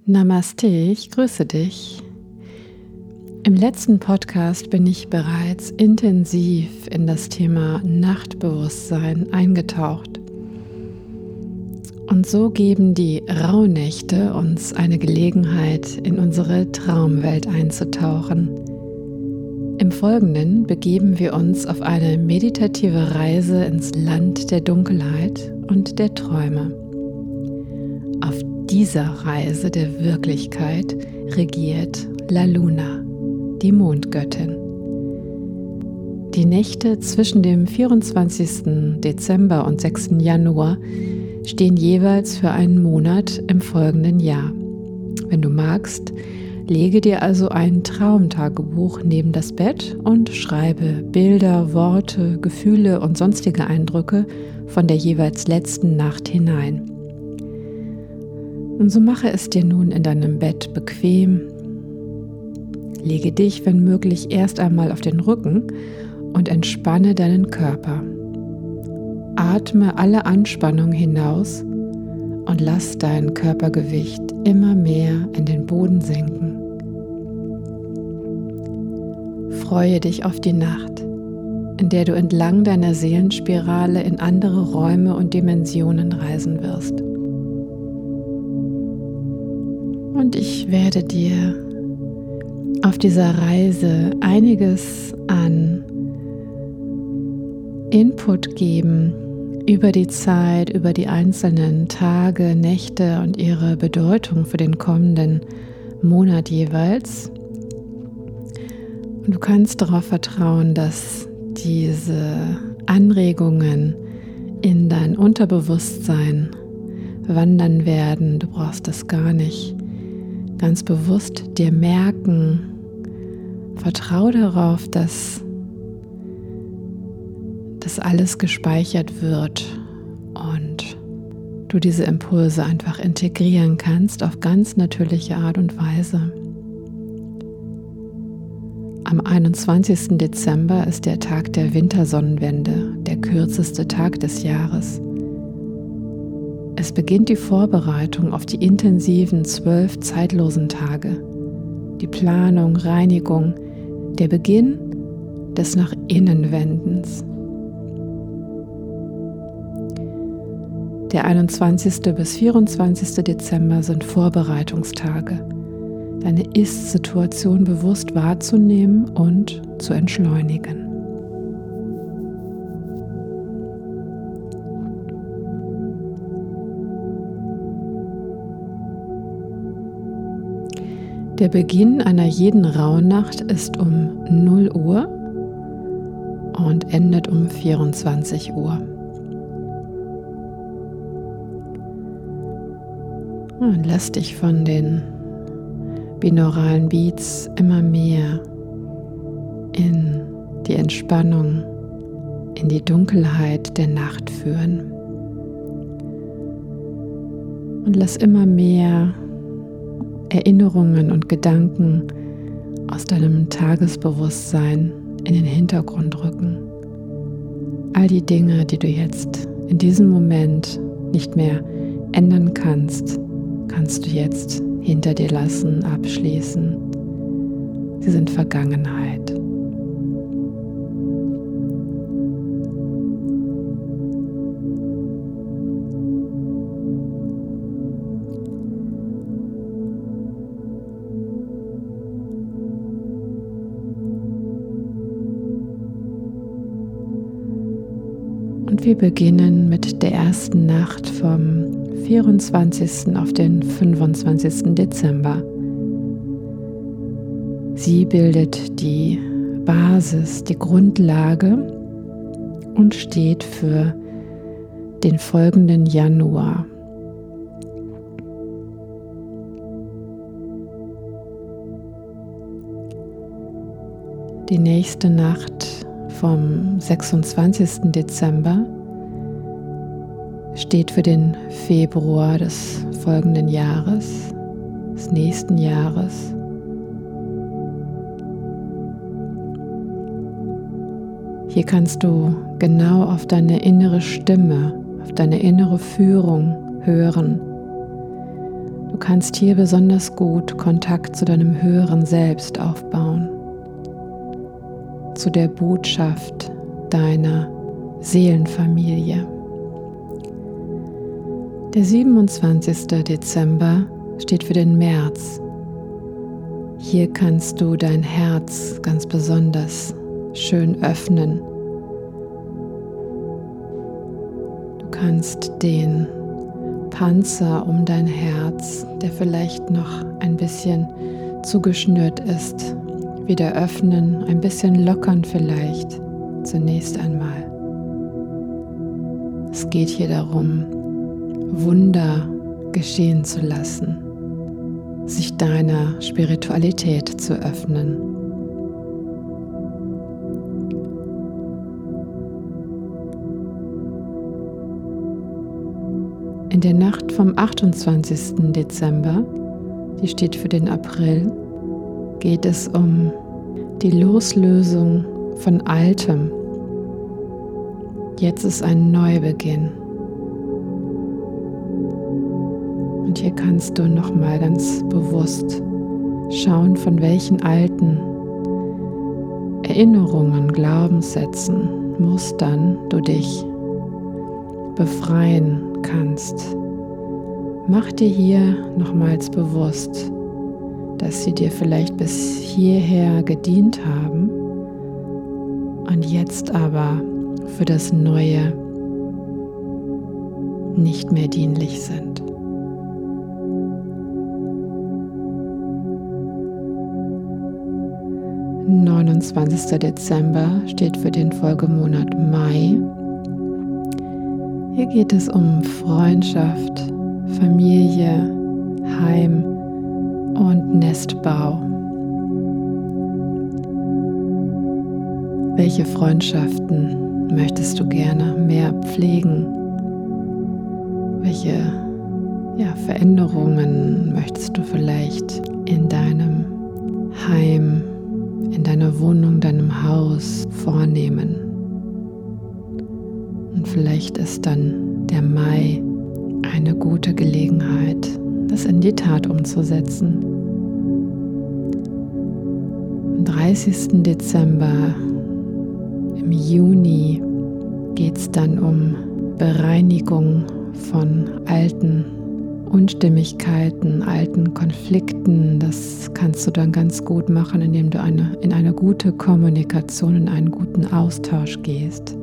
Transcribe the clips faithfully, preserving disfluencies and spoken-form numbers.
Namaste, ich grüße dich. Im letzten Podcast bin ich bereits intensiv in das Thema Nachtbewusstsein eingetaucht. Und so geben die Rauhnächte uns eine Gelegenheit, in unsere Traumwelt einzutauchen. Im Folgenden begeben wir uns auf eine meditative Reise ins Land der Dunkelheit und der Träume. Auf dieser Reise der Wirklichkeit regiert La Luna, die Mondgöttin. Die Nächte zwischen dem vierundzwanzigsten Dezember und sechsten Januar stehen jeweils für einen Monat im folgenden Jahr. Wenn du magst, lege dir also ein Traumtagebuch neben das Bett und schreibe Bilder, Worte, Gefühle und sonstige Eindrücke von der jeweils letzten Nacht hinein. Und so mache es dir nun in deinem Bett bequem. Lege dich, wenn möglich, erst einmal auf den Rücken und entspanne deinen Körper. Atme alle Anspannung hinaus und lass dein Körpergewicht immer mehr in den Boden sinken. Freue dich auf die Nacht, in der du entlang deiner Seelenspirale in andere Räume und Dimensionen reisen wirst. Und ich werde dir auf dieser Reise einiges an Input geben über die Zeit, über die einzelnen Tage, Nächte und ihre Bedeutung für den kommenden Monat jeweils. Und du kannst darauf vertrauen, dass diese Anregungen in dein Unterbewusstsein wandern werden. Du brauchst das gar nicht ganz bewusst dir merken. Vertrau darauf, dass das alles gespeichert wird und du diese Impulse einfach integrieren kannst auf ganz natürliche Art und Weise. Am einundzwanzigsten Dezember ist der Tag der Wintersonnenwende, der kürzeste Tag des Jahres. Es beginnt die Vorbereitung auf die intensiven zwölf zeitlosen Tage, die Planung, Reinigung, der Beginn des Nach innen Wendens. Der einundzwanzigste bis vierundzwanzigste Dezember sind Vorbereitungstage, deine Ist-Situation bewusst wahrzunehmen und zu entschleunigen. Der Beginn einer jeden Rauhnacht ist um null Uhr und endet um vierundzwanzig Uhr. Und lass dich von den binauralen Beats immer mehr in die Entspannung, in die Dunkelheit der Nacht führen. Und lass immer mehr Erinnerungen und Gedanken aus deinem Tagesbewusstsein in den Hintergrund rücken. All die Dinge, die du jetzt in diesem Moment nicht mehr ändern kannst, kannst du jetzt hinter dir lassen, abschließen. Sie sind Vergangenheit. Und wir beginnen mit der ersten Nacht vom vierundzwanzigsten auf den fünfundzwanzigsten Dezember. Sie bildet die Basis, die Grundlage und steht für den folgenden Januar. Die nächste Nacht vom sechsundzwanzigsten Dezember steht für den Februar des folgenden Jahres, des nächsten Jahres. Hier kannst du genau auf deine innere Stimme, auf deine innere Führung hören. Du Du kannst hier besonders gut Kontakt zu deinem höheren Selbst aufbauen, zu der Botschaft deiner Seelenfamilie. Der siebenundzwanzigste Dezember steht für den März. Hier kannst du dein Herz ganz besonders schön öffnen. Du kannst den Panzer um dein Herz, der vielleicht noch ein bisschen zugeschnürt ist, wieder öffnen, ein bisschen lockern vielleicht, zunächst einmal. Es geht hier darum, Wunder geschehen zu lassen, sich deiner Spiritualität zu öffnen. In der Nacht vom achtundzwanzigsten Dezember, die steht für den April, geht es um die Loslösung von Altem. Jetzt ist ein Neubeginn. Und hier kannst du nochmal ganz bewusst schauen, von welchen alten Erinnerungen, Glaubenssätzen, Mustern du dich befreien kannst. Mach dir hier nochmals bewusst, dass sie dir vielleicht bis hierher gedient haben und jetzt aber für das Neue nicht mehr dienlich sind. neunundzwanzigster Dezember steht für den Folgemonat Mai. Hier geht es um Freundschaft, Familie, Heim und Nestbau. Welche Freundschaften möchtest du gerne mehr pflegen? Welche ja, Veränderungen möchtest du vielleicht in deinem Heim, in deiner Wohnung, deinem Haus vornehmen? Und vielleicht ist dann der Mai eine gute Gelegenheit, das in die Tat umzusetzen. Am dreißigsten Dezember, im Juni, geht es dann um Bereinigung von alten Unstimmigkeiten, alten Konflikten. Das kannst du dann ganz gut machen, indem du eine, in eine gute Kommunikation, in einen guten Austausch gehst.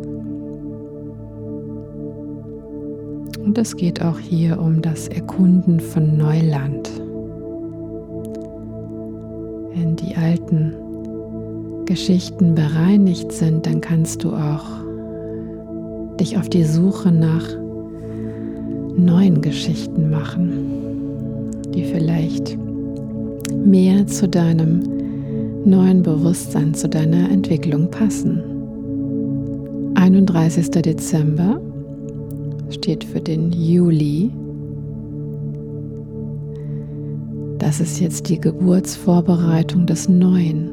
Und es geht auch hier um das Erkunden von Neuland. Wenn die alten Geschichten bereinigt sind, dann kannst du auch dich auf die Suche nach neuen Geschichten machen, die vielleicht mehr zu deinem neuen Bewusstsein, zu deiner Entwicklung passen. einunddreißigster Dezember steht für den Juli. Das ist jetzt die Geburtsvorbereitung des Neuen.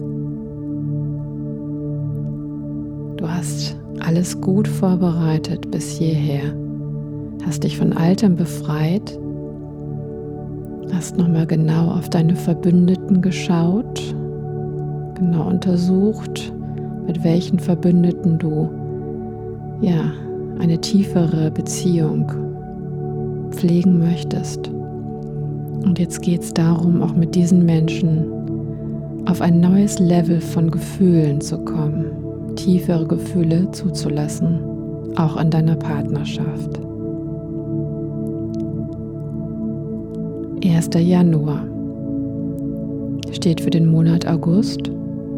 Du hast alles gut vorbereitet bis hierher, hast dich von Altem befreit, hast nochmal genau auf deine Verbündeten geschaut, genau untersucht, mit welchen Verbündeten du ja eine tiefere Beziehung pflegen möchtest. Und jetzt geht es darum, auch mit diesen Menschen auf ein neues Level von Gefühlen zu kommen, tiefere Gefühle zuzulassen, auch in deiner Partnerschaft. erster Januar steht für den Monat August.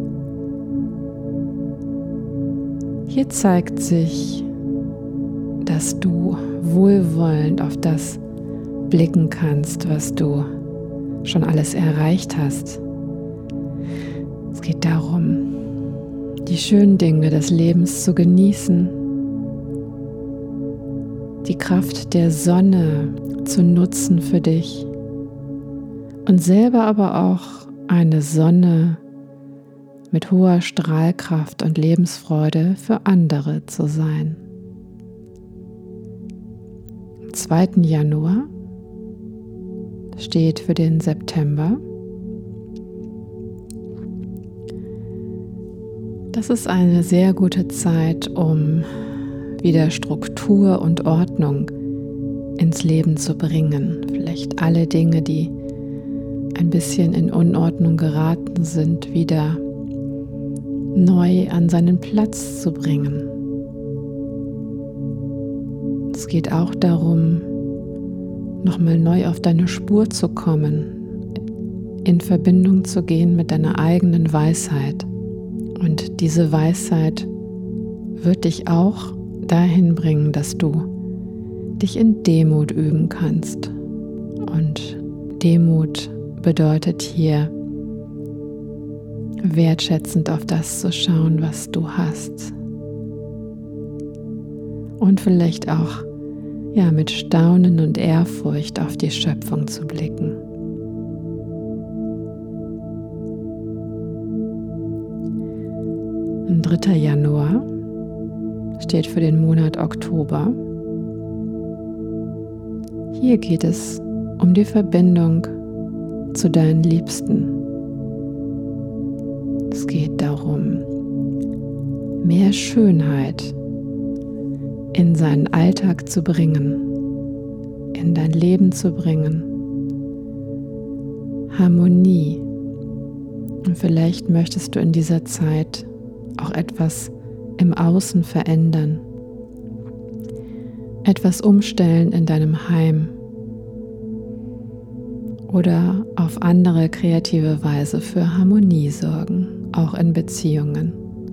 Hier zeigt sich, dass du wohlwollend auf das blicken kannst, was du schon alles erreicht hast. Es geht darum, die schönen Dinge des Lebens zu genießen, die Kraft der Sonne zu nutzen für dich und selber aber auch eine Sonne mit hoher Strahlkraft und Lebensfreude für andere zu sein. Am zweiten Januar steht für den September. Das ist eine sehr gute Zeit, um wieder Struktur und Ordnung ins Leben zu bringen. Vielleicht alle Dinge, die ein bisschen in Unordnung geraten sind, wieder neu an seinen Platz zu bringen. Es geht auch darum, nochmal neu auf deine Spur zu kommen, in Verbindung zu gehen mit deiner eigenen Weisheit. Und diese Weisheit wird dich auch dahin bringen, dass du dich in Demut üben kannst. Und Demut bedeutet hier, wertschätzend auf das zu schauen, was du hast. Und vielleicht auch ja, mit Staunen und Ehrfurcht auf die Schöpfung zu blicken. dritter Januar steht für den Monat Oktober. Hier geht es um die Verbindung zu deinen Liebsten. Es geht darum, mehr Schönheit in seinen Alltag zu bringen, in dein Leben zu bringen, Harmonie. Und vielleicht möchtest du in dieser Zeit auch etwas im Außen verändern, etwas umstellen in deinem Heim oder auf andere kreative Weise für Harmonie sorgen, auch in Beziehungen.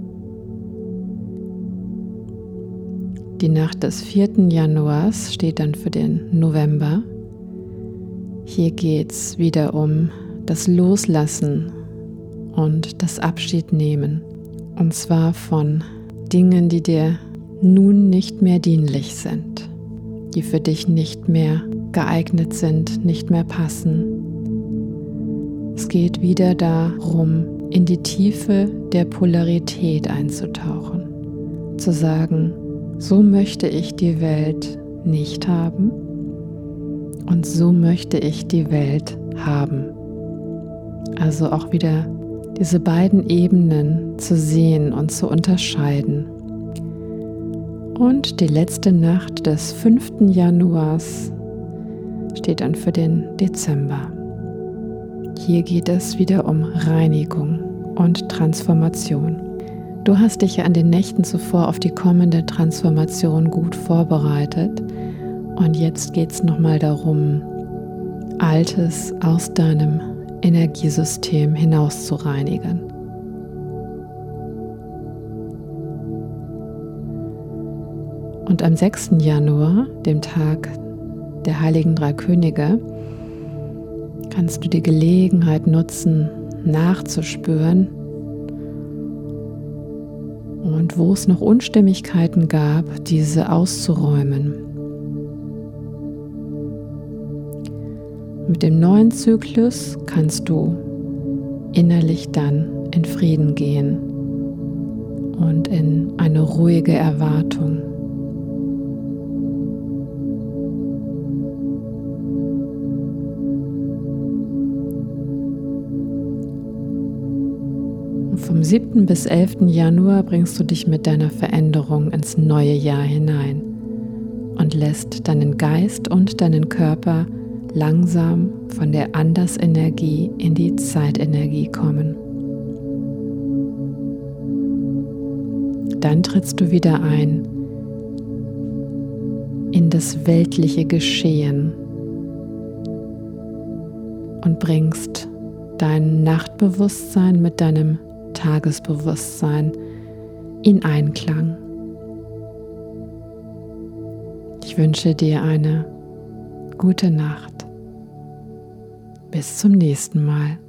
Die Nacht des vierten Januars steht dann für den November. Hier geht es wieder um das Loslassen und das Abschiednehmen. Und zwar von Dingen, die dir nun nicht mehr dienlich sind, die für dich nicht mehr geeignet sind, nicht mehr passen. Es geht wieder darum, in die Tiefe der Polarität einzutauchen, zu sagen, so möchte ich die Welt nicht haben und so möchte ich die Welt haben. Also auch wieder diese beiden Ebenen zu sehen und zu unterscheiden. Und die letzte Nacht des fünften Januars steht dann für den Dezember. Hier geht es wieder um Reinigung und Transformation. Du hast dich ja an den Nächten zuvor auf die kommende Transformation gut vorbereitet und jetzt geht es nochmal darum, Altes aus deinem Energiesystem hinaus zu reinigen. Und am sechsten Januar, dem Tag der Heiligen Drei Könige, kannst du die Gelegenheit nutzen, nachzuspüren und wo es noch Unstimmigkeiten gab, diese auszuräumen. Mit dem neuen Zyklus kannst du innerlich dann in Frieden gehen und in eine ruhige Erwartung. Vom siebten bis elften Januar bringst du dich mit deiner Veränderung ins neue Jahr hinein und lässt deinen Geist und deinen Körper langsam von der Andersenergie in die Zeitenergie kommen. Dann trittst du wieder ein in das weltliche Geschehen und bringst dein Nachtbewusstsein mit deinem Tagesbewusstsein in Einklang. Ich wünsche dir eine gute Nacht. Bis zum nächsten Mal.